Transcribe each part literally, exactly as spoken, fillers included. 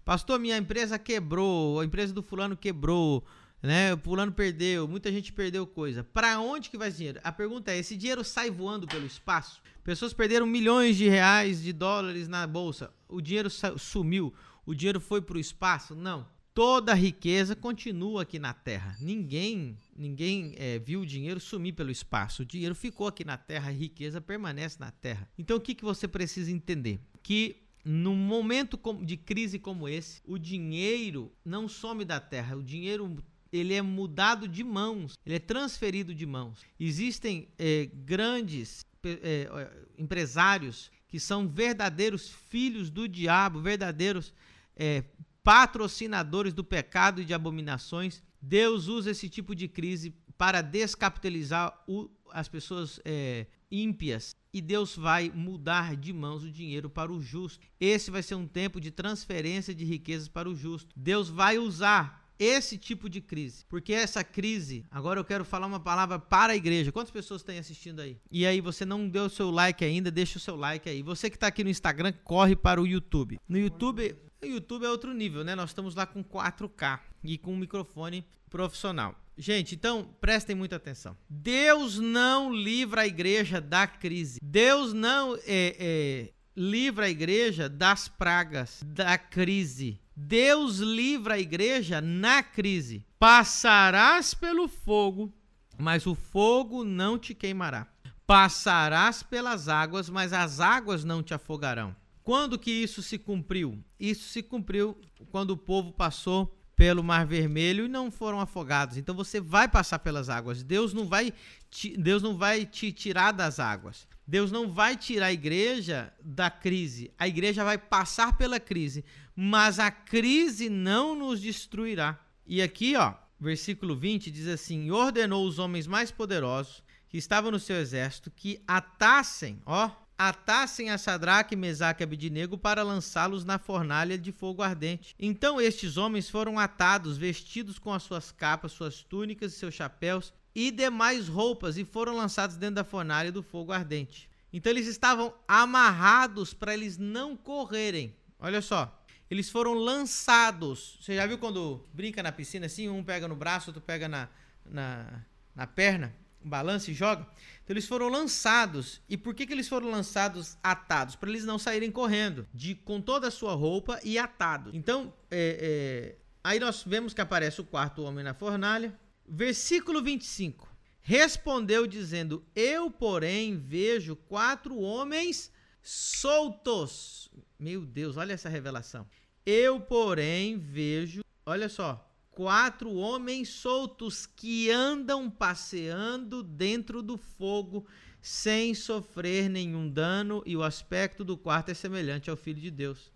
Pastor, minha empresa quebrou, a empresa do fulano quebrou, né? O fulano perdeu, muita gente perdeu coisa. Para onde que vai esse dinheiro? A pergunta é, esse dinheiro sai voando pelo espaço? Pessoas perderam milhões de reais, de dólares na bolsa. O dinheiro sumiu, o dinheiro foi para o espaço? Não. Toda a riqueza continua aqui na Terra. Ninguém, ninguém é, viu o dinheiro sumir pelo espaço. O dinheiro ficou aqui na Terra, a riqueza permanece na Terra. Então o que, que você precisa entender? Que num momento de crise como esse, o dinheiro não some da Terra. O dinheiro ele é mudado de mãos, ele é transferido de mãos. Existem é, grandes é, empresários que são verdadeiros filhos do diabo, verdadeiros é, patrocinadores do pecado e de abominações. Deus usa esse tipo de crise para descapitalizar o, as pessoas é, ímpias, e Deus vai mudar de mãos o dinheiro para o justo. Esse vai ser um tempo de transferência de riquezas para o justo. Deus vai usar esse tipo de crise, porque essa crise, agora eu quero falar uma palavra para a igreja. Quantas pessoas têm assistindo aí? E aí, você não deu o seu like ainda, deixa o seu like aí. Você que está aqui no Instagram, corre para o YouTube. No YouTube... O YouTube é outro nível, né? Nós estamos lá com quatro K e com um microfone profissional. Gente, então prestem muita atenção. Deus não livra a igreja da crise. Deus não é, é, livra a igreja das pragas, da crise. Deus livra a igreja na crise. Passarás pelo fogo, mas o fogo não te queimará. Passarás pelas águas, mas as águas não te afogarão. Quando que isso se cumpriu? Isso se cumpriu quando o povo passou pelo Mar Vermelho e não foram afogados. Então você vai passar pelas águas. Deus não vai te, Deus não vai te tirar das águas. Deus não vai tirar a igreja da crise. A igreja vai passar pela crise, mas a crise não nos destruirá. E aqui, ó, versículo vinte diz assim: ordenou os homens mais poderosos que estavam no seu exército que atassem, ó, atassem a Sadraque, Mesaque e Abednego para lançá-los na fornalha de fogo ardente. Então estes homens foram atados, vestidos com as suas capas, suas túnicas e seus chapéus e demais roupas, e foram lançados dentro da fornalha do fogo ardente. Então eles estavam amarrados para eles não correrem. Olha só, eles foram lançados. Você já viu quando brinca na piscina assim? Um pega no braço, outro pega na, na, na perna, balança e joga. Então eles foram lançados. E por que, que eles foram lançados atados? Para eles não saírem correndo, de, com toda a sua roupa e atados. Então, é, é, aí nós vemos que aparece o quarto homem na fornalha. Versículo vinte e cinco. Respondeu dizendo: eu, porém, vejo quatro homens soltos. Meu Deus, olha essa revelação. Eu, porém, vejo, olha só, quatro homens soltos que andam passeando dentro do fogo sem sofrer nenhum dano, e o aspecto do quarto é semelhante ao Filho de Deus.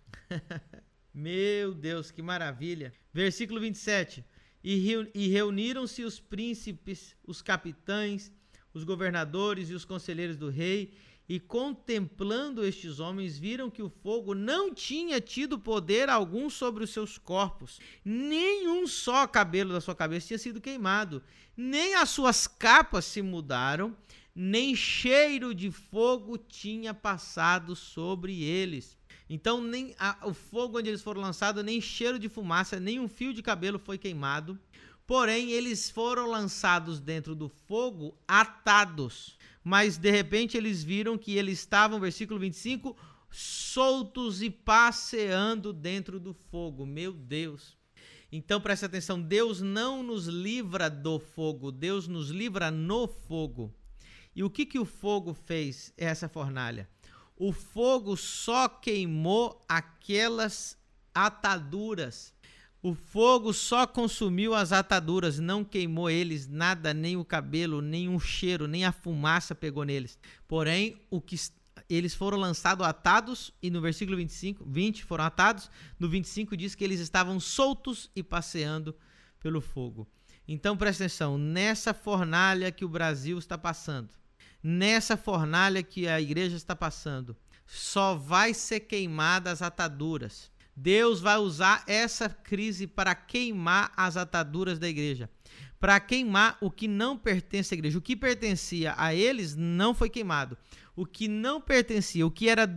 Meu Deus, que maravilha. Versículo vinte e sete. E reuniram-se os príncipes, os capitães, os governadores e os conselheiros do rei, e contemplando estes homens, viram que o fogo não tinha tido poder algum sobre os seus corpos, nem um só cabelo da sua cabeça tinha sido queimado, nem as suas capas se mudaram, nem cheiro de fogo tinha passado sobre eles. Então, nem a, o fogo onde eles foram lançados, nem cheiro de fumaça, nem um fio de cabelo foi queimado. Porém, eles foram lançados dentro do fogo atados. Mas, de repente, eles viram que eles estavam, versículo vinte e cinco, soltos e passeando dentro do fogo. Meu Deus! Então, preste atenção, Deus não nos livra do fogo, Deus nos livra no fogo. E o que, que o fogo fez, essa fornalha? O fogo só queimou aquelas ataduras. O fogo só consumiu as ataduras, não queimou eles nada, nem o cabelo, nem um cheiro, nem a fumaça pegou neles. Porém, o que eles foram lançados atados, e no versículo vinte e cinco, vinte foram atados, no vinte e cinco diz que eles estavam soltos e passeando pelo fogo. Então, presta atenção, nessa fornalha que o Brasil está passando, nessa fornalha que a igreja está passando, só vai ser queimada as ataduras. Deus vai usar essa crise para queimar as ataduras da igreja, para queimar o que não pertence à igreja. O que pertencia a eles não foi queimado. O que não pertencia, o que era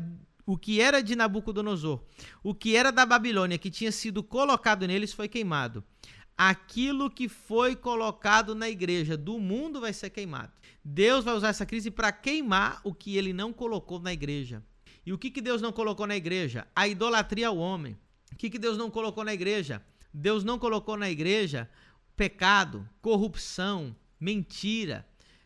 O que era de Nabucodonosor, o que era da Babilônia, que tinha sido colocado neles, foi queimado. Aquilo que foi colocado na igreja do mundo vai ser queimado. Deus vai usar essa crise para queimar o que ele não colocou na igreja. E o que, que Deus não colocou na igreja? A idolatria ao homem. O que, que Deus não colocou na igreja? Deus não colocou na igreja pecado, corrupção, mentira.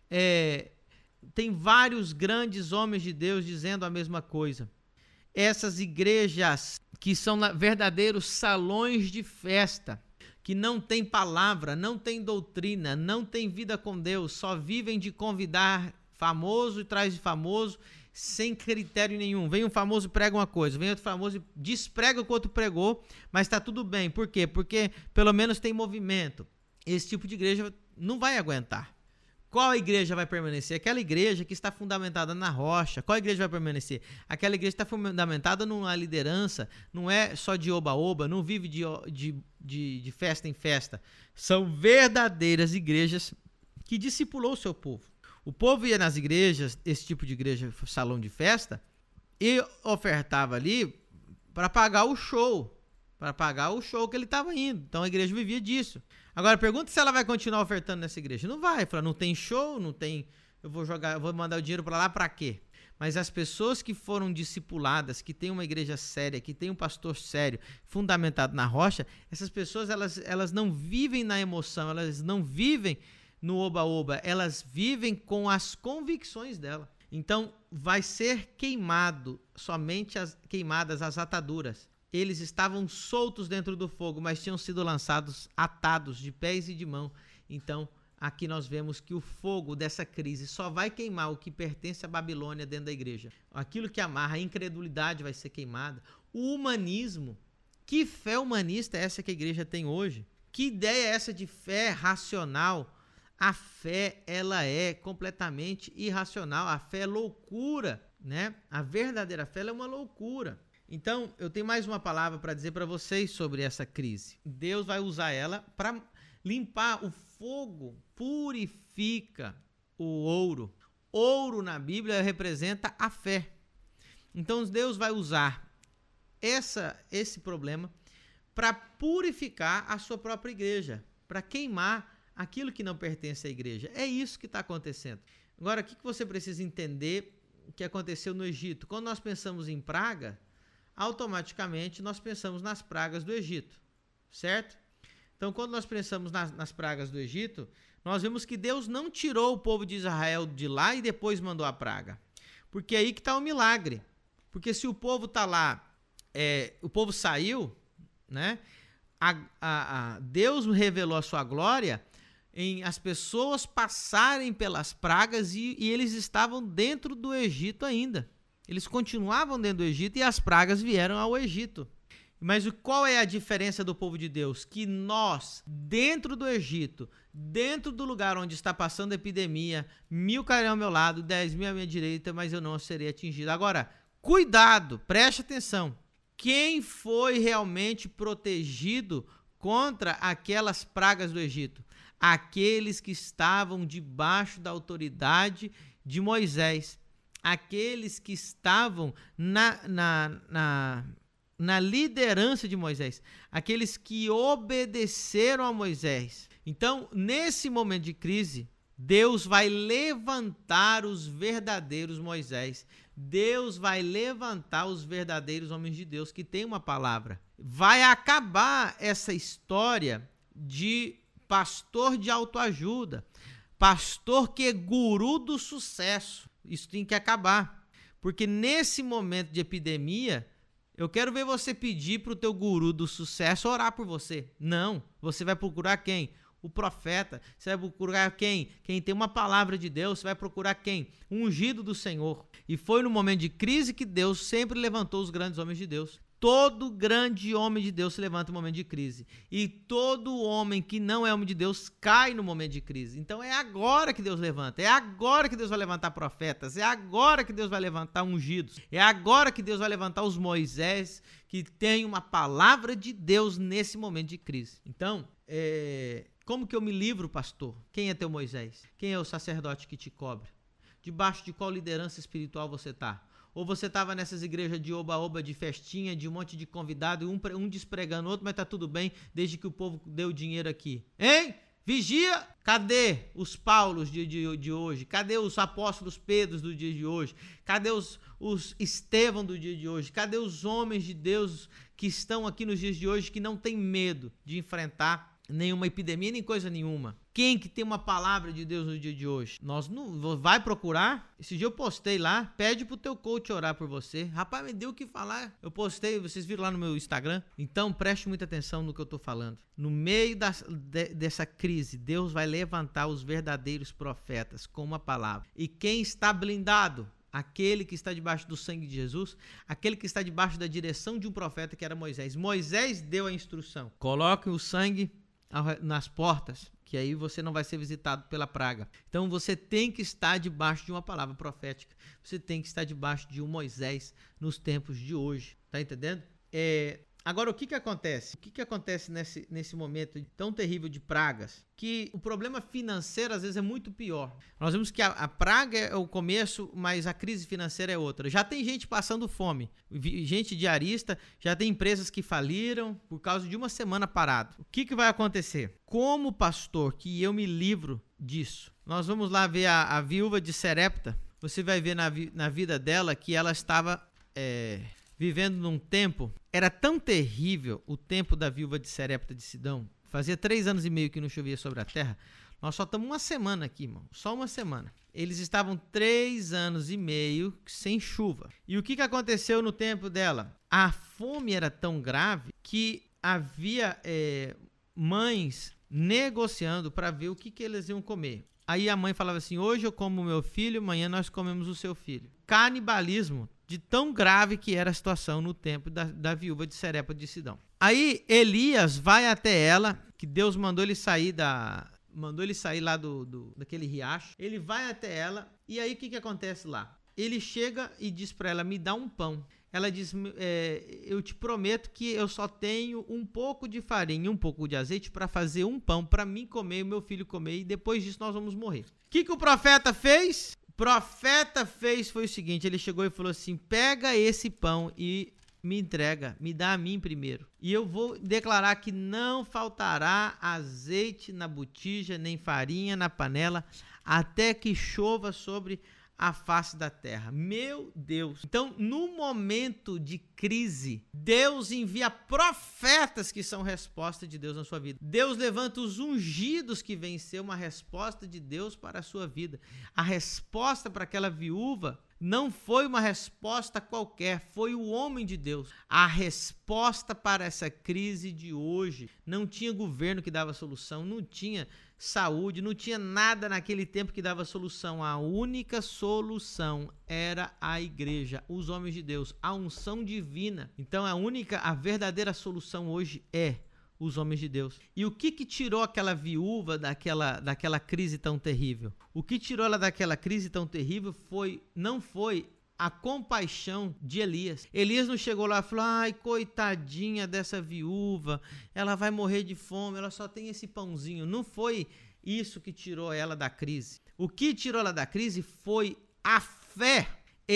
É, tem vários grandes homens de Deus dizendo a mesma coisa. Essas igrejas que são verdadeiros salões de festa, que não tem palavra, não tem doutrina, não tem vida com Deus, só vivem de convidar famoso e traz de famoso, sem critério nenhum. Vem um famoso e prega uma coisa, vem outro famoso e desprega o que o outro pregou, mas está tudo bem. Por quê? Porque pelo menos tem movimento. Esse tipo de igreja não vai aguentar. Qual igreja vai permanecer? Aquela igreja que está fundamentada na rocha. Qual igreja vai permanecer? Aquela igreja que está fundamentada numa liderança, não é só de oba-oba, não vive de, de, de, de festa em festa. São verdadeiras igrejas que discipulou o seu povo. O povo ia nas igrejas, esse tipo de igreja, salão de festa, e ofertava ali para pagar o show, para pagar o show que ele estava indo. Então a igreja vivia disso. Agora pergunta se ela vai continuar ofertando nessa igreja. Não vai, fala, não tem show, não tem, eu vou jogar, eu vou mandar o dinheiro para lá para quê? Mas as pessoas que foram discipuladas, que tem uma igreja séria, que tem um pastor sério, fundamentado na rocha, essas pessoas elas, elas não vivem na emoção, elas não vivem no oba-oba, elas vivem com as convicções dela. Então vai ser queimado, somente as queimadas as ataduras. Eles estavam soltos dentro do fogo, mas tinham sido lançados atados de pés e de mão. Então, aqui nós vemos que o fogo dessa crise só vai queimar o que pertence à Babilônia dentro da igreja. Aquilo que amarra a incredulidade vai ser queimada. O humanismo. Que fé humanista é essa que a igreja tem hoje? Que ideia é essa de fé racional? A fé, ela é completamente irracional. A fé é loucura, né? A verdadeira fé ela é uma loucura. Então, eu tenho mais uma palavra para dizer para vocês sobre essa crise. Deus vai usar ela para limpar. O fogo purifica o ouro. Ouro na Bíblia representa a fé. Então, Deus vai usar essa, esse problema para purificar a sua própria igreja, para queimar aquilo que não pertence à igreja. É isso que está acontecendo. Agora, o que você precisa entender que aconteceu no Egito? Quando nós pensamos em praga, automaticamente nós pensamos nas pragas do Egito, certo? Então, quando nós pensamos nas, nas pragas do Egito, nós vemos que Deus não tirou o povo de Israel de lá e depois mandou a praga. Porque é aí que está o milagre. Porque se o povo está lá, é, o povo saiu, né? A, a, a Deus revelou a sua glória em as pessoas passarem pelas pragas e, e eles estavam dentro do Egito ainda. Eles continuavam dentro do Egito e as pragas vieram ao Egito. Mas qual é a diferença do povo de Deus? Que nós, dentro do Egito, dentro do lugar onde está passando a epidemia, mil cairão ao meu lado, dez mil à minha direita, mas eu não serei atingido. Agora, cuidado, preste atenção. Quem foi realmente protegido contra aquelas pragas do Egito? Aqueles que estavam debaixo da autoridade de Moisés. Aqueles que estavam na, na, na, na liderança de Moisés, aqueles que obedeceram a Moisés. Então, nesse momento de crise, Deus vai levantar os verdadeiros Moisés. Deus vai levantar os verdadeiros homens de Deus que têm uma palavra. Vai acabar essa história de pastor de autoajuda, pastor que é guru do sucesso. Isso tem que acabar, porque nesse momento de epidemia, eu quero ver você pedir para o teu guru do sucesso orar por você. Não, você vai procurar quem? O profeta. Você vai procurar quem? Quem tem uma palavra de Deus. Você vai procurar quem? O ungido do Senhor. E foi no momento de crise que Deus sempre levantou os grandes homens de Deus. Todo grande homem de Deus se levanta no momento de crise. E todo homem que não é homem de Deus cai no momento de crise. Então é agora que Deus levanta. É agora que Deus vai levantar profetas. É agora que Deus vai levantar ungidos. É agora que Deus vai levantar os Moisés que tem uma palavra de Deus nesse momento de crise. Então, é... como que eu me livro, pastor? Quem é teu Moisés? Quem é o sacerdote que te cobre? Debaixo de qual liderança espiritual você está? Ou você estava nessas igrejas de oba-oba, de festinha, de um monte de convidado, um, um despregando o outro, mas tá tudo bem, desde que o povo deu dinheiro aqui. Hein? Vigia! Cadê os Paulos de, de, de hoje? Cadê os apóstolos Pedros do dia de hoje? Cadê os, os Estevão do dia de hoje? Cadê os homens de Deus que estão aqui nos dias de hoje, que não tem medo de enfrentar nenhuma epidemia, nem coisa nenhuma? Quem que tem uma palavra de Deus no dia de hoje? Nós não vai procurar? Esse dia eu postei lá, pede pro teu coach orar por você. Rapaz, me deu o que falar. Eu postei, vocês viram lá no meu Instagram. Então preste muita atenção no que eu tô falando. No meio da, de, dessa crise, Deus vai levantar os verdadeiros profetas com uma palavra. E quem está blindado? Aquele que está debaixo do sangue de Jesus, aquele que está debaixo da direção de um profeta que era Moisés. Moisés deu a instrução: coloque o sangue nas portas, que aí você não vai ser visitado pela praga. Então você tem que estar debaixo de uma palavra profética. Você tem que estar debaixo de um Moisés nos tempos de hoje. Tá entendendo? É... Agora, o que que acontece? O que que acontece nesse, nesse momento tão terrível de pragas? Que o problema financeiro, às vezes, é muito pior. Nós vemos que a, a praga é o começo, mas a crise financeira é outra. Já tem gente passando fome, gente diarista, já tem empresas que faliram por causa de uma semana parado. O que que vai acontecer? Como pastor que eu me livro disso? Nós vamos lá ver a, a viúva de Sarepta. Você vai ver na, vi, na vida dela que ela estava... É, vivendo num tempo, era tão terrível o tempo da viúva de Sarepta de Sidom. Fazia três anos e meio que não chovia sobre a terra. Nós só estamos uma semana aqui, irmão. Só uma semana. Eles estavam três anos e meio sem chuva. E o que, que aconteceu no tempo dela? A fome era tão grave que havia é, mães negociando para ver o que, que eles iam comer. Aí a mãe falava assim: hoje eu como o meu filho, amanhã nós comemos o seu filho. Canibalismo, de tão grave que era a situação no tempo da, da viúva de Sarepta de Sidom. Aí Elias vai até ela, que Deus mandou ele sair da... mandou ele sair lá do, do, daquele riacho. Ele vai até ela, e aí o que, que acontece lá? Ele chega e diz para ela: me dá um pão. Ela diz: é, eu te prometo que eu só tenho um pouco de farinha e um pouco de azeite para fazer um pão para mim comer e meu filho comer, e depois disso nós vamos morrer. O que, que o profeta fez? O profeta fez foi o seguinte: ele chegou e falou assim: pega esse pão e me entrega, me dá a mim primeiro, e eu vou declarar que não faltará azeite na botija, nem farinha na panela, até que chova sobre a face da terra. Meu Deus! Então, no momento de crise, Deus envia profetas que são resposta de Deus na sua vida. Deus levanta os ungidos que vêm ser uma resposta de Deus para a sua vida. A resposta para aquela viúva não foi uma resposta qualquer, foi o homem de Deus. A resposta para essa crise de hoje, não tinha governo que dava solução, não tinha saúde, não tinha nada naquele tempo que dava solução. A única solução era a igreja, os homens de Deus, a unção divina. Então a única, a verdadeira solução hoje é os homens de Deus. E o que que tirou aquela viúva daquela, daquela crise tão terrível? O que tirou ela daquela crise tão terrível foi, não foi a compaixão de Elias. Elias não chegou lá e falou: ai, coitadinha dessa viúva, ela vai morrer de fome, ela só tem esse pãozinho. Não foi isso que tirou ela da crise. O que tirou ela da crise foi a fé.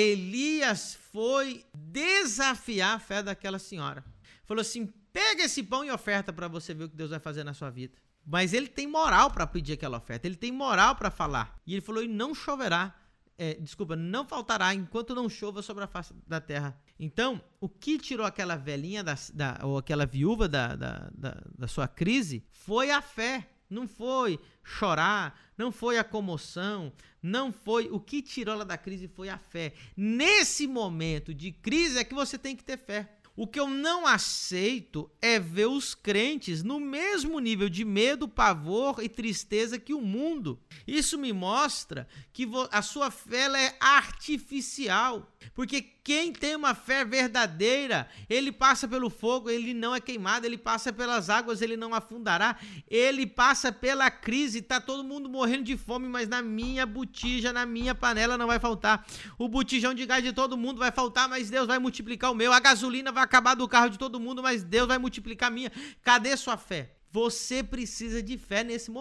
Elias foi desafiar a fé daquela senhora. Falou assim: pega esse pão e oferta para você ver o que Deus vai fazer na sua vida. Mas ele tem moral para pedir aquela oferta, ele tem moral para falar. E ele falou: e não choverá. É, desculpa, não faltará enquanto não chova sobre a face da terra. Então, o que tirou aquela velhinha da, da, ou aquela viúva da, da, da, da sua crise foi a fé. Não foi chorar, não foi a comoção, não foi... O que tirou ela da crise foi a fé. Nesse momento de crise é que você tem que ter fé. O que eu não aceito é ver os crentes no mesmo nível de medo, pavor e tristeza que o mundo. Isso me mostra que a sua fé ela é artificial. Porque quem tem uma fé verdadeira, ele passa pelo fogo, ele não é queimado, ele passa pelas águas, ele não afundará, ele passa pela crise, está todo mundo morrendo de fome, mas na minha botija, na minha panela não vai faltar. O botijão de gás de todo mundo vai faltar, mas Deus vai multiplicar o meu. A gasolina vai acabar do carro de todo mundo, mas Deus vai multiplicar a minha. Cadê sua fé? Você precisa de fé nesse momento.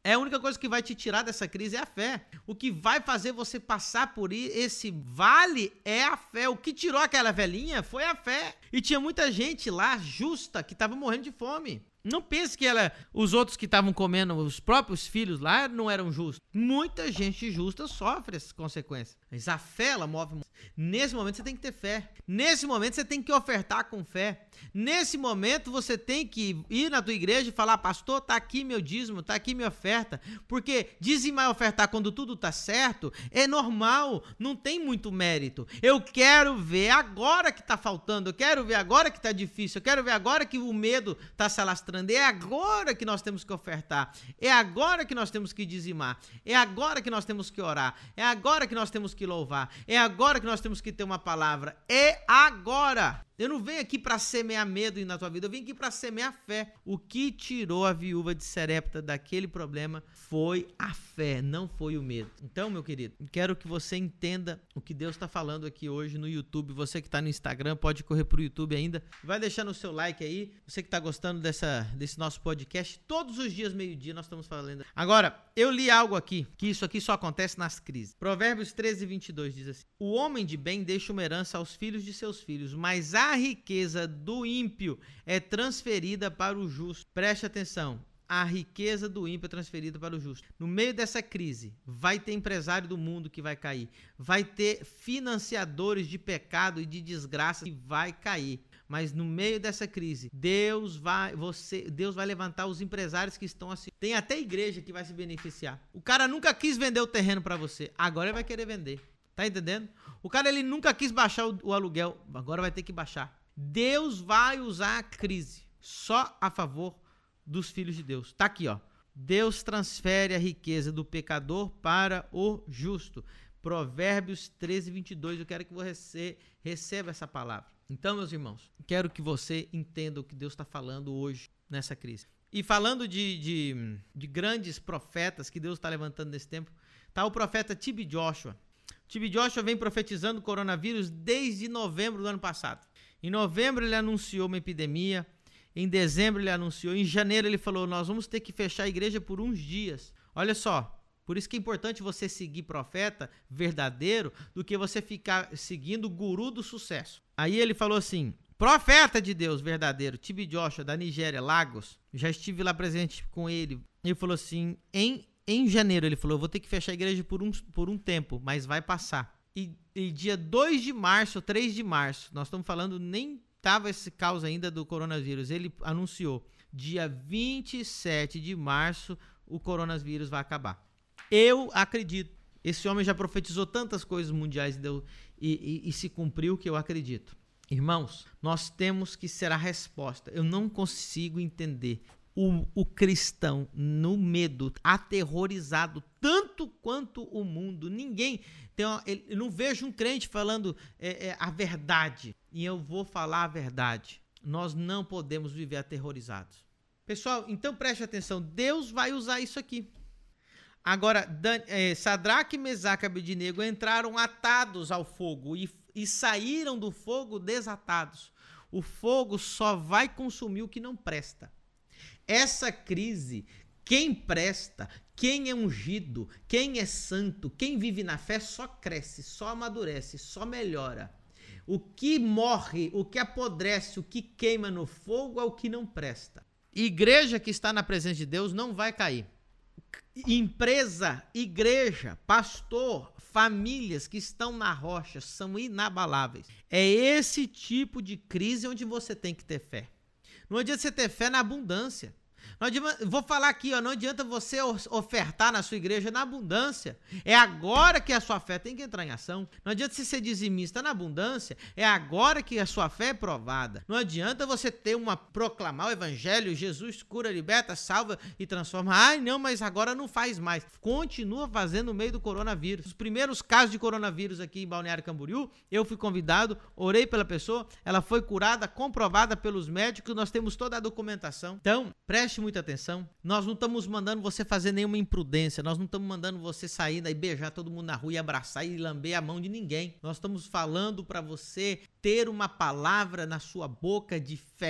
É a única coisa que vai te tirar dessa crise é a fé. O que vai fazer você passar por esse vale é a fé. O que tirou aquela velhinha foi a fé. E tinha muita gente lá justa que estava morrendo de fome. Não pense que ela, os outros que estavam comendo, os próprios filhos lá, não eram justos. Muita gente justa sofre essas consequências. Mas a fé, ela move. Nesse momento você tem que ter fé. Nesse momento você tem que ofertar com fé. Nesse momento você tem que ir na tua igreja e falar: pastor, tá aqui meu dízimo, tá aqui minha oferta. Porque dizimar e ofertar quando tudo tá certo é normal, não tem muito mérito. Eu quero ver agora que tá faltando, eu quero ver agora que tá difícil, eu quero ver agora que o medo tá se alastrando. É agora que nós temos que ofertar, é agora que nós temos que dizimar, é agora que nós temos que orar, é agora que nós temos que louvar, é agora que nós temos que ter uma palavra, é agora. Eu não venho aqui para semear medo na tua vida, eu vim aqui para semear fé. O que tirou a viúva de Sarepta daquele problema foi a fé, não foi o medo. Então, meu querido, quero que você entenda o que Deus está falando aqui hoje no YouTube. Você que está no Instagram, pode correr para o YouTube ainda. Vai deixando o seu like aí. Você que está gostando dessa, desse nosso podcast, todos os dias, meio-dia, nós estamos falando. Agora, eu li algo aqui, que isso aqui só acontece nas crises. Provérbios treze, vinte e dois diz assim: o homem de bem deixa uma herança aos filhos de seus filhos, mas a riqueza do ímpio é transferida para o justo. Preste atenção. A riqueza do ímpio é transferida para o justo. No meio dessa crise, vai ter empresário do mundo que vai cair. Vai ter financiadores de pecado e de desgraça que vai cair. Mas no meio dessa crise, Deus vai, você, Deus vai levantar os empresários que estão assim. Tem até igreja que vai se beneficiar. O cara nunca quis vender o terreno para você, agora ele vai querer vender. Tá entendendo? O cara, ele nunca quis baixar o, o aluguel, agora vai ter que baixar. Deus vai usar a crise só a favor dos filhos de Deus. Tá aqui, ó. Deus transfere a riqueza do pecador para o justo. Provérbios treze, vinte e dois. Eu quero que você receba essa palavra. Então, meus irmãos, quero que você entenda o que Deus está falando hoje nessa crise. E falando de, de, de grandes profetas que Deus está levantando nesse tempo, tá o profeta T B Joshua. T B Joshua vem profetizando o coronavírus desde novembro do ano passado. Em novembro ele anunciou uma epidemia, em dezembro ele anunciou, em janeiro ele falou: nós vamos ter que fechar a igreja por uns dias. Olha só, por isso que é importante você seguir profeta verdadeiro do que você ficar seguindo o guru do sucesso. Aí ele falou assim: profeta de Deus verdadeiro, T B Joshua, da Nigéria, Lagos, já estive lá presente com ele. Ele falou assim, em Em janeiro ele falou: eu vou ter que fechar a igreja por um, por um tempo, mas vai passar. E, e dia dois de março, três de março, nós estamos falando, nem estava esse caos ainda do coronavírus, ele anunciou, dia vinte e sete de março o coronavírus vai acabar. Eu acredito. Esse homem já profetizou tantas coisas mundiais e, deu, e, e, e se cumpriu que eu acredito. Irmãos, nós temos que ser a resposta. Eu não consigo entender O, o cristão no medo, aterrorizado, tanto quanto o mundo. Ninguém tem uma, eu não vejo um crente falando é, é, a verdade. E eu vou falar a verdade. Nós não podemos viver aterrorizados. Pessoal, então preste atenção. Deus vai usar isso aqui. Agora, Dan, é, Sadraque, Mesaque e Abednego entraram atados ao fogo e, e saíram do fogo desatados. O fogo só vai consumir o que não presta. Essa crise, quem presta, quem é ungido, quem é santo, quem vive na fé só cresce, só amadurece, só melhora. O que morre, o que apodrece, o que queima no fogo é o que não presta. Igreja que está na presença de Deus não vai cair. Empresa, igreja, pastor, famílias que estão na rocha são inabaláveis. É esse tipo de crise onde você tem que ter fé. Não adianta você ter fé na abundância. Não adianta, vou falar aqui, ó, não adianta você ofertar na sua igreja na abundância. É agora que a sua fé tem que entrar em ação. Não adianta você ser dizimista na abundância. É agora que a sua fé é provada. Não adianta você ter uma proclamar o evangelho, Jesus cura, liberta, salva e transforma. Ai, não, mas agora não faz mais. Continua fazendo no meio do coronavírus. Os primeiros casos de coronavírus aqui em Balneário Camboriú, eu fui convidado, orei pela pessoa, ela foi curada, comprovada pelos médicos, nós temos toda a documentação. Então, preste muita atenção. Nós não estamos mandando você fazer nenhuma imprudência, nós não estamos mandando você sair daí, beijar todo mundo na rua e abraçar e lamber a mão de ninguém. Nós estamos falando para você ter uma palavra na sua boca de fé.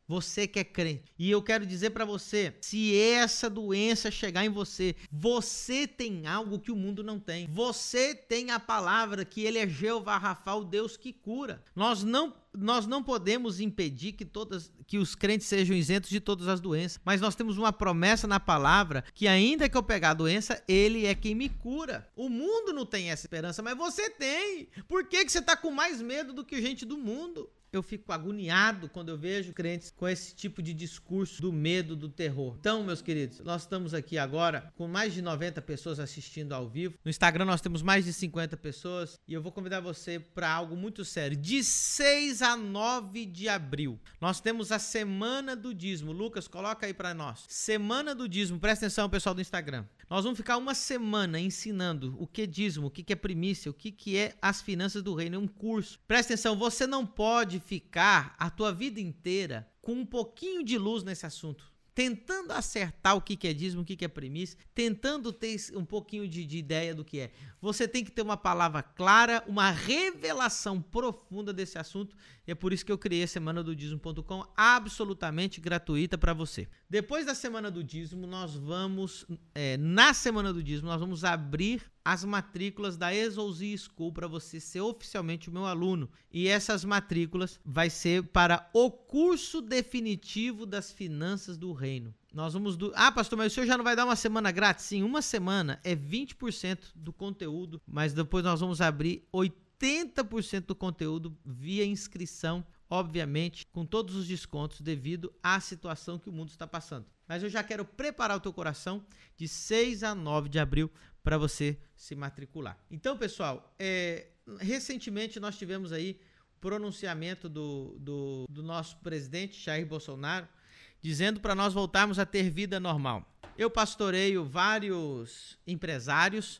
Você que é crente. E eu quero dizer para você, se essa doença chegar em você, você tem algo que o mundo não tem. Você tem a palavra que ele é Jeová Rafa, o Deus que cura. Nós não Nós não podemos impedir que, todas, que os crentes sejam isentos de todas as doenças, mas nós temos uma promessa na palavra que ainda que eu pegar a doença, ele é quem me cura. O mundo não tem essa esperança, mas você tem. Por que, que você está com mais medo do que gente do mundo? Eu fico agoniado quando eu vejo crentes com esse tipo de discurso do medo, do terror. Então, meus queridos, nós estamos aqui agora com mais de noventa pessoas assistindo ao vivo. No Instagram nós temos mais de cinquenta pessoas e eu vou convidar você para algo muito sério. De seis a nove de abril, nós temos a Semana do Dízimo. Lucas, coloca aí para nós. Semana do Dízimo. Presta atenção, pessoal do Instagram. Nós vamos ficar uma semana ensinando o que é dízimo, o que é primícia, o que é as finanças do reino. É um curso. Presta atenção, você não pode ficar a tua vida inteira com um pouquinho de luz nesse assunto, tentando acertar o que é dízimo, o que é primícia, tentando ter um pouquinho de, de ideia do que é. Você tem que ter uma palavra clara, uma revelação profunda desse assunto, e é por isso que eu criei a semana do dízimo ponto com, absolutamente gratuita para você. Depois da Semana do Dízimo, nós vamos, é, na Semana do Dízimo, nós vamos abrir as matrículas da Exousia School para você ser oficialmente o meu aluno. E essas matrículas vai ser para o curso definitivo das finanças do reino. Nós vamos do... Ah, pastor, mas o senhor já não vai dar uma semana grátis? Sim, uma semana é vinte por cento do conteúdo, mas depois nós vamos abrir oitenta por cento do conteúdo via inscrição, obviamente, com todos os descontos devido à situação que o mundo está passando. Mas eu já quero preparar o teu coração de seis a nove de abril para você se matricular. Então, pessoal, é, recentemente nós tivemos aí o pronunciamento do, do, do nosso presidente, Jair Bolsonaro, dizendo para nós voltarmos a ter vida normal. Eu pastoreio vários empresários,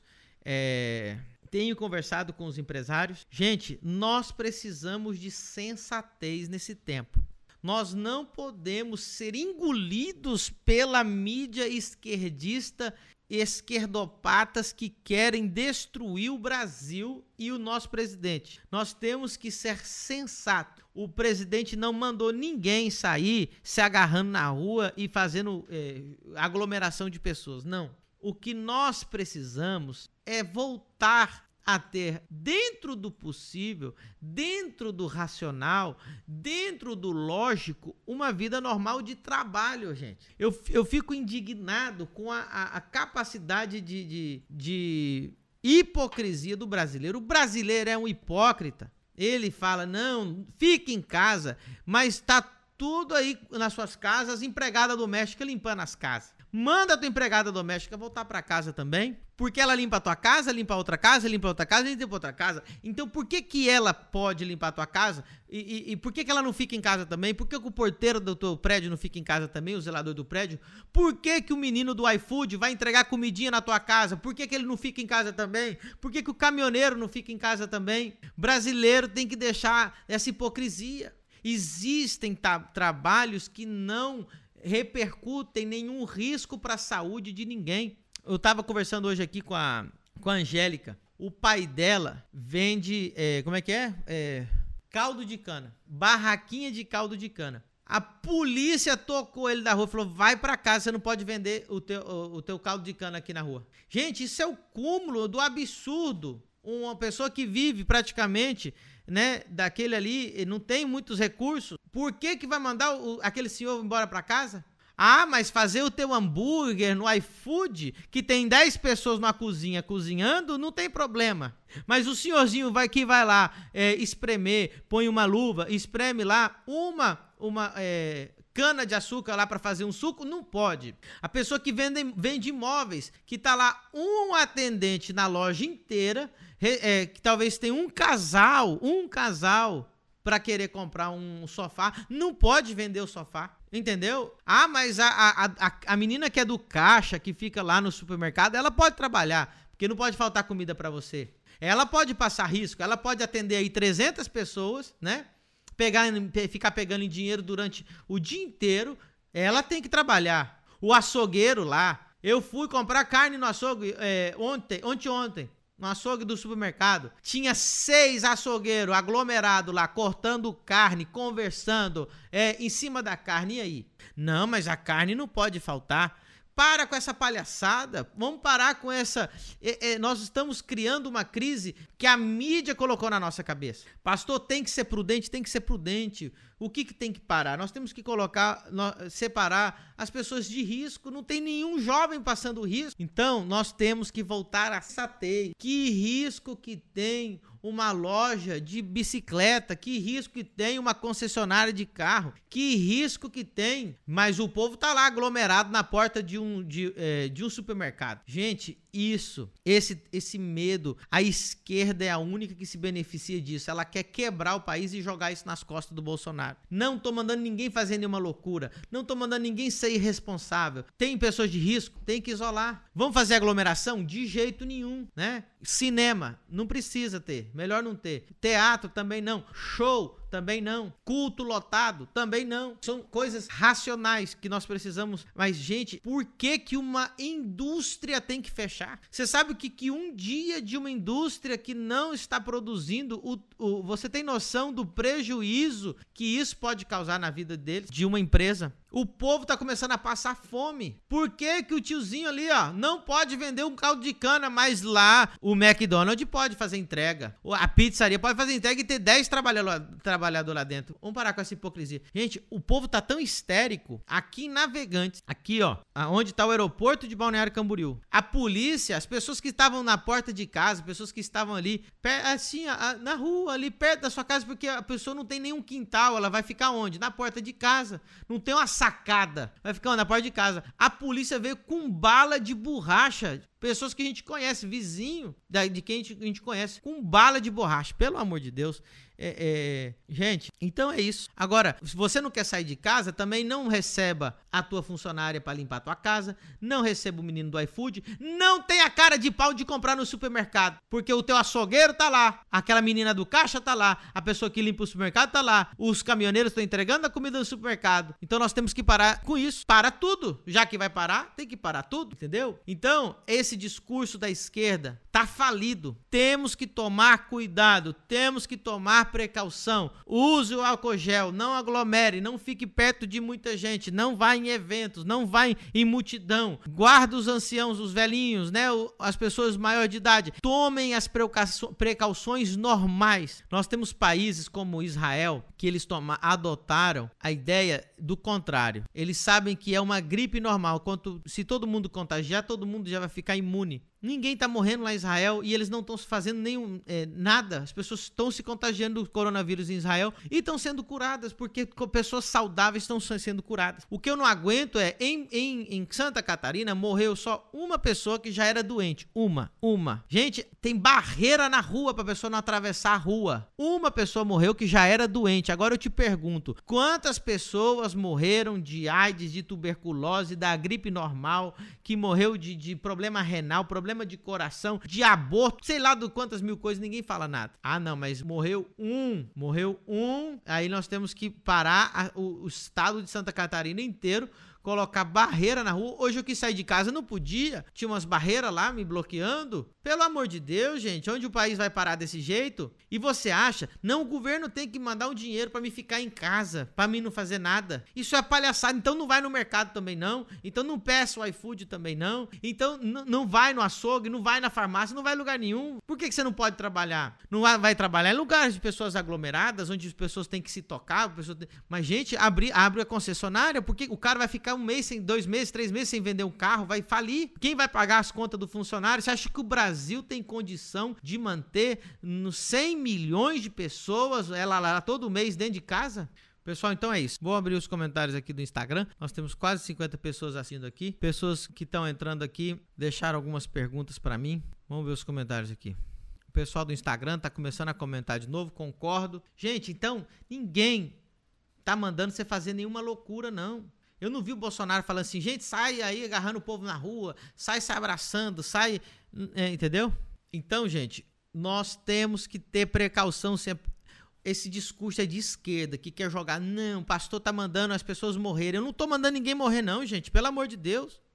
é, tenho conversado com os empresários. Gente, nós precisamos de sensatez nesse tempo. Nós não podemos ser engolidos pela mídia esquerdista, esquerdopatas que querem destruir o Brasil e o nosso presidente. Nós temos que ser sensatos. O presidente não mandou ninguém sair se agarrando na rua e fazendo é, aglomeração de pessoas. Não. O que nós precisamos é voltar a ter, dentro do possível, dentro do racional, dentro do lógico, uma vida normal de trabalho, gente. Eu, eu fico indignado com a, a, a capacidade de, de, de hipocrisia do brasileiro. O brasileiro é um hipócrita. Ele fala, não, fique em casa, mas está tudo aí nas suas casas, empregada doméstica limpando as casas. Manda a tua empregada doméstica voltar para casa também, porque ela limpa a tua casa, limpa a outra casa, limpa a outra casa, limpa a outra casa. Então, por que que ela pode limpar a tua casa e, e, e por que que ela não fica em casa também? Por que que o porteiro do teu prédio não fica em casa também, o zelador do prédio? Por que que o menino do iFood vai entregar comidinha na tua casa? Por que que ele não fica em casa também? Por que que o caminhoneiro não fica em casa também? Brasileiro tem que deixar essa hipocrisia. Existem trabalhos que não repercutem nenhum risco para a saúde de ninguém. Eu estava conversando hoje aqui com a, com a Angélica. O pai dela vende, é, como é que é? é? Caldo de cana. Barraquinha de caldo de cana. A polícia tocou ele da rua e falou, vai para casa, você não pode vender o teu, o, o teu caldo de cana aqui na rua. Gente, isso é o cúmulo do absurdo. Uma pessoa que vive praticamente, né, daquele ali, não tem muitos recursos, por que que vai mandar o, aquele senhor embora para casa? Ah, mas fazer o teu hambúrguer no iFood, que tem dez pessoas na cozinha cozinhando, não tem problema. Mas o senhorzinho vai, que vai lá é, espremer, põe uma luva, espreme lá uma, uma é, cana de açúcar lá para fazer um suco, não pode. A pessoa que vende, vende imóveis, que tá lá um atendente na loja inteira, É, que talvez tenha um casal, um casal para querer comprar um sofá, não pode vender o sofá, entendeu? Ah, mas a, a, a, a menina que é do caixa, que fica lá no supermercado, ela pode trabalhar, porque não pode faltar comida para você. Ela pode passar risco, ela pode atender aí trezentas pessoas, né? Pegar, ficar pegando em dinheiro durante o dia inteiro, ela tem que trabalhar. O açougueiro lá, eu fui comprar carne no açougue é, ontem, ontem, ontem. no açougue do supermercado, tinha seis açougueiros aglomerados lá, cortando carne, conversando é, em cima da carne, e aí? Não, mas a carne não pode faltar. Para com essa palhaçada, vamos parar com essa... É, é, nós estamos criando uma crise que a mídia colocou na nossa cabeça. Pastor, tem que ser prudente, tem que ser prudente. O que, que tem que parar? Nós temos que colocar, no, separar as pessoas de risco. Não tem nenhum jovem passando risco. Então, nós temos que voltar a sateio. Que risco que tem uma loja de bicicleta? Que risco que tem uma concessionária de carro? Que risco que tem? Mas o povo tá lá aglomerado na porta de um, de, é, de um supermercado. Gente, isso, esse, esse medo, a esquerda é a única que se beneficia disso. Ela quer quebrar o país e jogar isso nas costas do Bolsonaro. Não tô mandando ninguém fazer nenhuma loucura. Não tô mandando ninguém ser irresponsável. Tem pessoas de risco? Tem que isolar. Vamos fazer aglomeração? De jeito nenhum, né? Cinema, não precisa ter. Melhor não ter. Teatro também não. Show também não. Culto lotado também não. São coisas racionais que nós precisamos. Mas, gente, por que que uma indústria tem que fechar? Você sabe o que, que um dia de uma indústria que não está produzindo, o, o, você tem noção do prejuízo que isso pode causar na vida deles, de uma empresa? O povo tá começando a passar fome. Por que que o tiozinho ali, ó, não pode vender um caldo de cana, mas lá o McDonald's pode fazer entrega? A pizzaria pode fazer entrega e ter dez trabalhadores lá dentro. Vamos parar com essa hipocrisia. Gente, o povo tá tão histérico. Aqui em Navegantes, aqui, ó, onde tá o aeroporto de Balneário Camboriú. A polícia, as pessoas que estavam na porta de casa, pessoas que estavam ali, assim, na rua, ali perto da sua casa, porque a pessoa não tem nenhum quintal, ela vai ficar onde? Na porta de casa. Não tem uma sacada, vai ficar na porta de casa. A polícia veio com bala de borracha, pessoas que a gente conhece, vizinho de quem a gente, a gente conhece, com bala de borracha, pelo amor de Deus. É, é... Gente, então é isso. Agora, se você não quer sair de casa, também não receba a tua funcionária para limpar a tua casa, não receba o menino do iFood, não tenha cara de pau de comprar no supermercado, porque o teu açougueiro tá lá, aquela menina do caixa tá lá, a pessoa que limpa o supermercado tá lá, os caminhoneiros estão entregando a comida no supermercado. Então nós temos que parar com isso. Para tudo. Já que vai parar, tem que parar tudo, entendeu? Então, esse discurso da esquerda tá falido. Temos que tomar cuidado, temos que tomar precaução. Use o álcool gel, não aglomere, não fique perto de muita gente, não vá em eventos, não vá em multidão. Guarda os anciãos, os velhinhos, né, as pessoas maiores de idade. Tomem as precauções normais. Nós temos países como Israel que eles toma, adotaram a ideia do contrário. Eles sabem que é uma gripe normal. Quanto, se todo mundo contagiar, todo mundo já vai ficar imune. Ninguém tá morrendo lá em Israel e eles não estão fazendo nenhum, é, nada. As pessoas estão se contagiando do coronavírus em Israel e estão sendo curadas porque pessoas saudáveis estão sendo curadas. O que eu não aguento é, em, em, em Santa Catarina, morreu só uma pessoa que já era doente. Uma, uma. Gente, tem barreira na rua pra pessoa não atravessar a rua. Uma pessoa morreu que já era doente. Agora eu te pergunto, quantas pessoas morreram de AIDS, de tuberculose, da gripe normal, que morreu de, de problema renal, problema de coração, de aborto, sei lá do quantas mil coisas, ninguém fala nada. Ah, não, mas morreu um, morreu um, aí nós temos que parar a, o, o estado de Santa Catarina inteiro, colocar barreira na rua. Hoje eu quis sair de casa, não podia. Tinha umas barreiras lá me bloqueando. Pelo amor de Deus, gente, onde o país vai parar desse jeito? E você acha? Não, o governo tem que mandar um dinheiro pra mim ficar em casa, pra mim não fazer nada. Isso é palhaçada. Então não vai no mercado também não. Então não peça o iFood também não. Então não vai no açougue, não vai na farmácia, não vai em lugar nenhum. Por que que você não pode trabalhar? Não vai, vai trabalhar em lugares de pessoas aglomeradas, onde as pessoas têm que se tocar. Pessoas... Mas, gente, abre, abre a concessionária, porque o cara vai ficar um mês, sem, dois meses, três meses sem vender um carro, vai falir. Quem vai pagar as contas do funcionário? Você acha que o Brasil tem condição de manter nos cem milhões de pessoas, ela lá todo mês dentro de casa? Pessoal, então é isso. Vou abrir os comentários aqui do Instagram. Nós temos quase cinquenta pessoas assistindo aqui. Pessoas que estão entrando aqui deixaram algumas perguntas para mim. Vamos ver os comentários aqui. O pessoal do Instagram tá começando a comentar de novo, concordo. Gente, então, ninguém tá mandando você fazer nenhuma loucura, não. Eu não vi o Bolsonaro falando assim, gente, sai aí agarrando o povo na rua, sai se abraçando, sai... É, entendeu? Então, gente, nós temos que ter precaução sempre. Esse discurso é de esquerda, que quer jogar, não, o pastor tá mandando as pessoas morrerem. Eu não tô mandando ninguém morrer não, gente, pelo amor de Deus.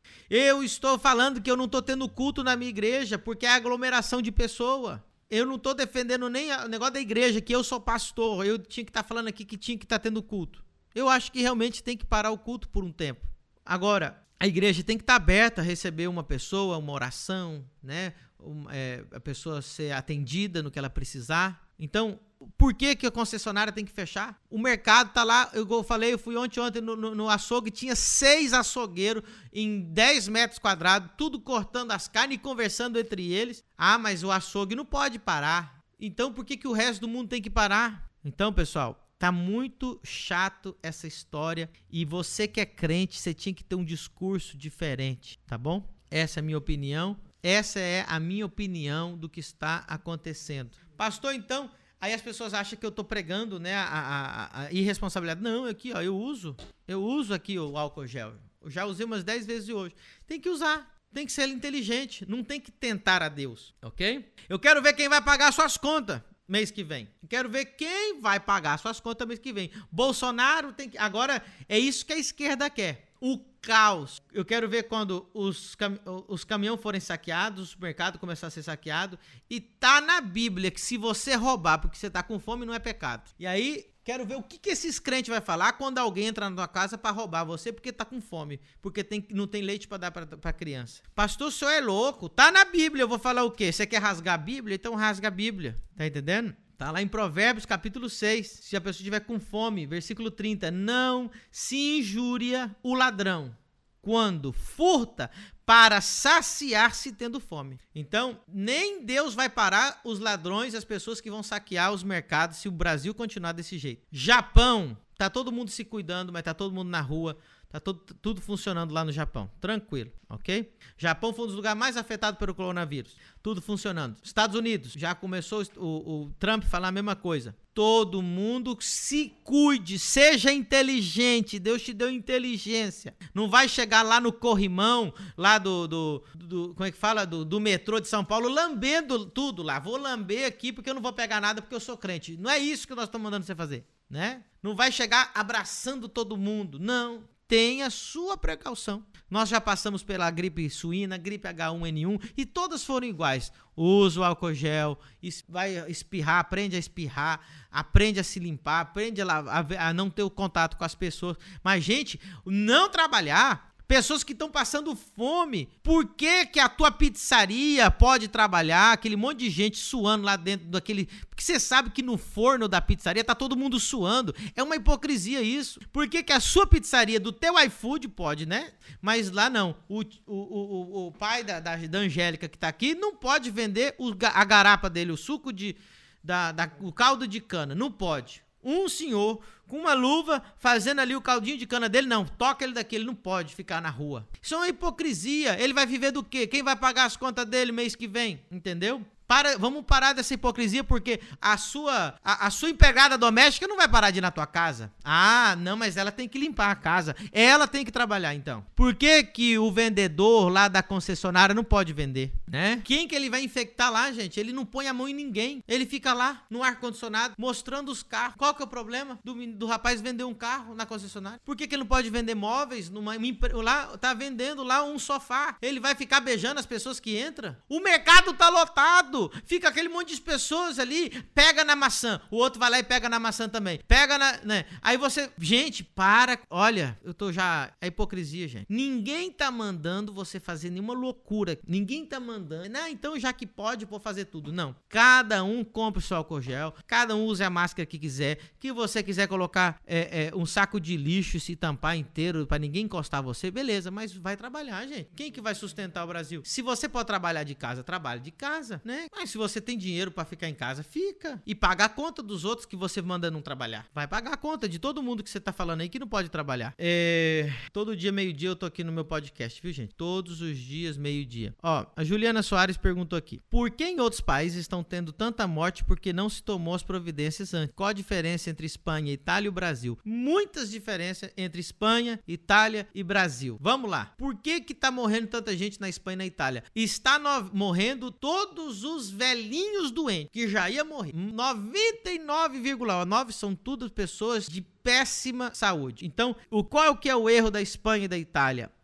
Eu estou falando que eu não estou tendo culto na minha igreja porque é aglomeração de pessoa. Eu não estou defendendo nem o negócio da igreja, que eu sou pastor, eu tinha que estar tá falando aqui que tinha que estar tá tendo culto. Eu acho que realmente tem que parar o culto por um tempo. Agora, a igreja tem que estar tá aberta a receber uma pessoa, uma oração, né? Um, é, a pessoa ser atendida no que ela precisar. Então, por que que a concessionária tem que fechar? O mercado tá lá, eu falei, eu fui ontem, ontem no, no, no açougue, tinha seis açougueiros em dez metros quadrados, tudo cortando as carnes e conversando entre eles. Ah, mas o açougue não pode parar. Então, por que que o resto do mundo tem que parar? Então, pessoal, tá muito chato essa história e você que é crente, você tinha que ter um discurso diferente, tá bom? Essa é a minha opinião. Essa é a minha opinião do que está acontecendo. Pastor, então, aí as pessoas acham que eu estou pregando, né, a, a, a irresponsabilidade. Não, aqui, ó, eu uso. Eu uso aqui o álcool gel. Eu já usei umas dez vezes hoje. Tem que usar. Tem que ser inteligente. Não tem que tentar a Deus, ok? Eu quero ver quem vai pagar suas contas mês que vem. Eu quero ver quem vai pagar suas contas mês que vem. Bolsonaro tem que... Agora, é isso que a esquerda quer. O caos. Eu quero ver quando os, cam... os caminhões forem saqueados, o supermercado começar a ser saqueado. E tá na Bíblia que se você roubar porque você tá com fome, não é pecado. E aí, quero ver o que, que esses crentes vão falar quando alguém entra na tua casa para roubar você porque tá com fome. Porque tem... não tem leite para dar pra... pra criança. Pastor, o senhor é louco. Tá na Bíblia. Eu vou falar o quê? Você quer rasgar a Bíblia? Então rasga a Bíblia. Tá entendendo? Tá lá em Provérbios, capítulo seis. Se a pessoa estiver com fome, versículo trinta. Não se injúria o ladrão quando furta para saciar-se tendo fome. Então, nem Deus vai parar os ladrões, as pessoas que vão saquear os mercados se o Brasil continuar desse jeito. Japão, tá todo mundo se cuidando, mas tá todo mundo na rua. Tá tudo, tudo funcionando lá no Japão. Tranquilo, ok? Japão foi um dos lugares mais afetados pelo coronavírus. Tudo funcionando. Estados Unidos, já começou o, o Trump a falar a mesma coisa. Todo mundo se cuide, seja inteligente. Deus te deu inteligência. Não vai chegar lá no corrimão, lá do, do, do como é que fala? Do, do metrô de São Paulo, lambendo tudo lá. Vou lamber aqui porque eu não vou pegar nada porque eu sou crente. Não é isso que nós estamos mandando você fazer, né? Não vai chegar abraçando todo mundo, não. Tenha sua precaução. Nós já passamos pela gripe suína, gripe H um N um e todas foram iguais. Usa o álcool gel, vai espirrar, aprende a espirrar, aprende a se limpar, aprende a, lavar, a não ter o contato com as pessoas. Mas, gente, não trabalhar... Pessoas que estão passando fome. Por que que a tua pizzaria pode trabalhar? Aquele monte de gente suando lá dentro daquele... Porque você sabe que no forno da pizzaria tá todo mundo suando. É uma hipocrisia isso. Por que que a sua pizzaria do teu iFood pode, né? Mas lá não. O, o, o, o pai da, da, da Angélica que tá aqui não pode vender o, a garapa dele, o suco de... Da, da, o caldo de cana. Não pode. Um senhor com uma luva fazendo ali o caldinho de cana dele, não, toca ele daqui, ele não pode ficar na rua. Isso é uma hipocrisia. Ele vai viver do quê? Quem vai pagar as contas dele mês que vem? Entendeu? Para, vamos parar dessa hipocrisia, porque a sua, a, a sua empregada doméstica não vai parar de ir na tua casa. Ah, não, mas ela tem que limpar a casa. Ela tem que trabalhar, então. Por que que o vendedor lá da concessionária não pode vender, né? Quem que ele vai infectar lá, gente? Ele não põe a mão em ninguém. Ele fica lá no ar-condicionado mostrando os carros. Qual que é o problema do, do rapaz vender um carro na concessionária? Por que que ele não pode vender móveis? Numa, lá, tá vendendo lá um sofá. Ele vai ficar beijando as pessoas que entram? O mercado tá lotado. Fica aquele monte de pessoas ali, pega na maçã, o outro vai lá e pega na maçã também, pega na, né, aí você, gente, para, olha, eu tô já, é hipocrisia, gente, ninguém tá mandando você fazer nenhuma loucura, ninguém tá mandando, não, então já que pode, vou fazer tudo, não, cada um compra o seu álcool gel, cada um use a máscara que quiser, que você quiser colocar é, é, um saco de lixo e se tampar inteiro pra ninguém encostar você, beleza, mas vai trabalhar, gente, quem que vai sustentar o Brasil? Se você pode trabalhar de casa, trabalhe de casa, né? Mas se você tem dinheiro pra ficar em casa, fica. E pagar a conta dos outros que você manda não trabalhar. Vai pagar a conta de todo mundo que você tá falando aí que não pode trabalhar. É... Todo dia, meio-dia, eu tô aqui no meu podcast, viu, gente? Todos os dias, meio-dia. Ó, a Juliana Soares perguntou aqui. Por que em outros países estão tendo tanta morte porque não se tomou as providências antes? Qual a diferença entre Espanha, Itália e o Brasil? Muitas diferenças entre Espanha, Itália e Brasil. Vamos lá. Por que que tá morrendo tanta gente na Espanha e na Itália? Está no... morrendo todos os os velhinhos doentes, que já ia morrer. noventa e nove vírgula nove são tudo pessoas de péssima saúde. Então, o qual que é o erro da Espanha e da Itália?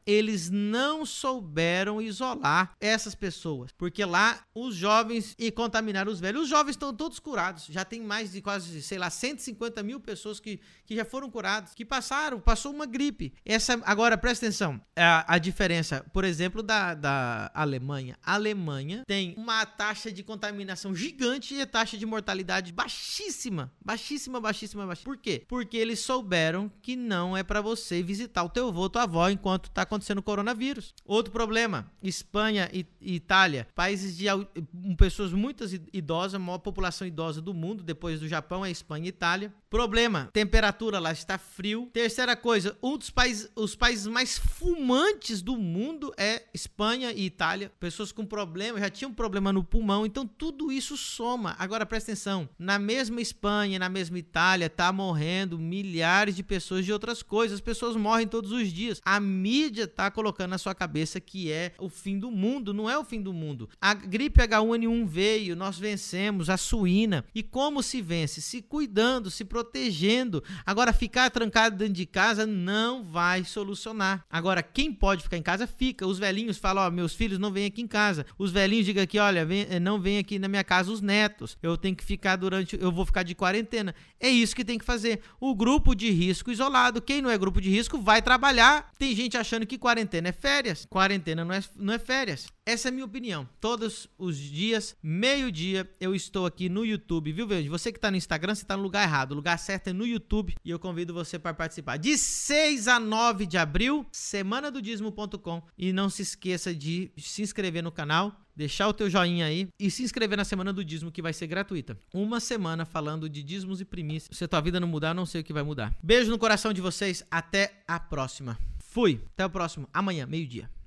eles não souberam isolar essas pessoas, porque lá os jovens e contaminaram os velhos. Os jovens estão todos curados, já tem mais de quase, sei lá, cento e cinquenta mil pessoas que, que já foram curadas, que passaram, passou uma gripe. Essa, agora, presta atenção, a, a diferença, por exemplo, da, da Alemanha. A Alemanha tem uma taxa de contaminação gigante e a taxa de mortalidade baixíssima, baixíssima, baixíssima, baixíssima. Por quê? Porque eles souberam que não é para você visitar o teu avô, tua avó, enquanto tá acontecendo o coronavírus. Outro problema, Espanha e, e Itália, países de um, pessoas muito idosas, a maior população idosa do mundo, depois do Japão é Espanha e Itália. Problema, temperatura lá está frio. Terceira coisa, um dos países, os países mais fumantes do mundo é Espanha e Itália. Pessoas com problema, já tinham problema no pulmão, então tudo isso soma. Agora presta atenção, na mesma Espanha, na mesma Itália, tá morrendo milhares de pessoas de outras coisas. As pessoas morrem todos os dias. A mídia tá colocando na sua cabeça que é o fim do mundo. Não é o fim do mundo. A gripe H um N um veio, nós vencemos, a suína. E como se vence? Se cuidando, se protegendo. Agora, ficar trancado dentro de casa não vai solucionar. Agora, quem pode ficar em casa, fica. Os velhinhos falam, ó, meus filhos não vêm aqui em casa. Os velhinhos digam aqui, olha, vem, não vem aqui na minha casa os netos. Eu tenho que ficar durante, eu vou ficar de quarentena. É isso que tem que fazer. O grupo de risco isolado. Quem não é grupo de risco vai trabalhar. Tem gente achando que quarentena é férias. Quarentena não é, não é férias. Essa é a minha opinião. Todos os dias, meio-dia, eu estou aqui no YouTube, viu, Verde? Você que está no Instagram, você está no lugar errado. O lugar certo é no YouTube e eu convido você para participar. De seis a nove de abril, semana do dízimo ponto com. E não se esqueça de se inscrever no canal, deixar o teu joinha aí e se inscrever na Semana do Dízimo, que vai ser gratuita. Uma semana falando de dízimos e primícias. Se a tua vida não mudar, eu não sei o que vai mudar. Beijo no coração de vocês. Até a próxima. Fui. Até o próximo. Amanhã, meio-dia.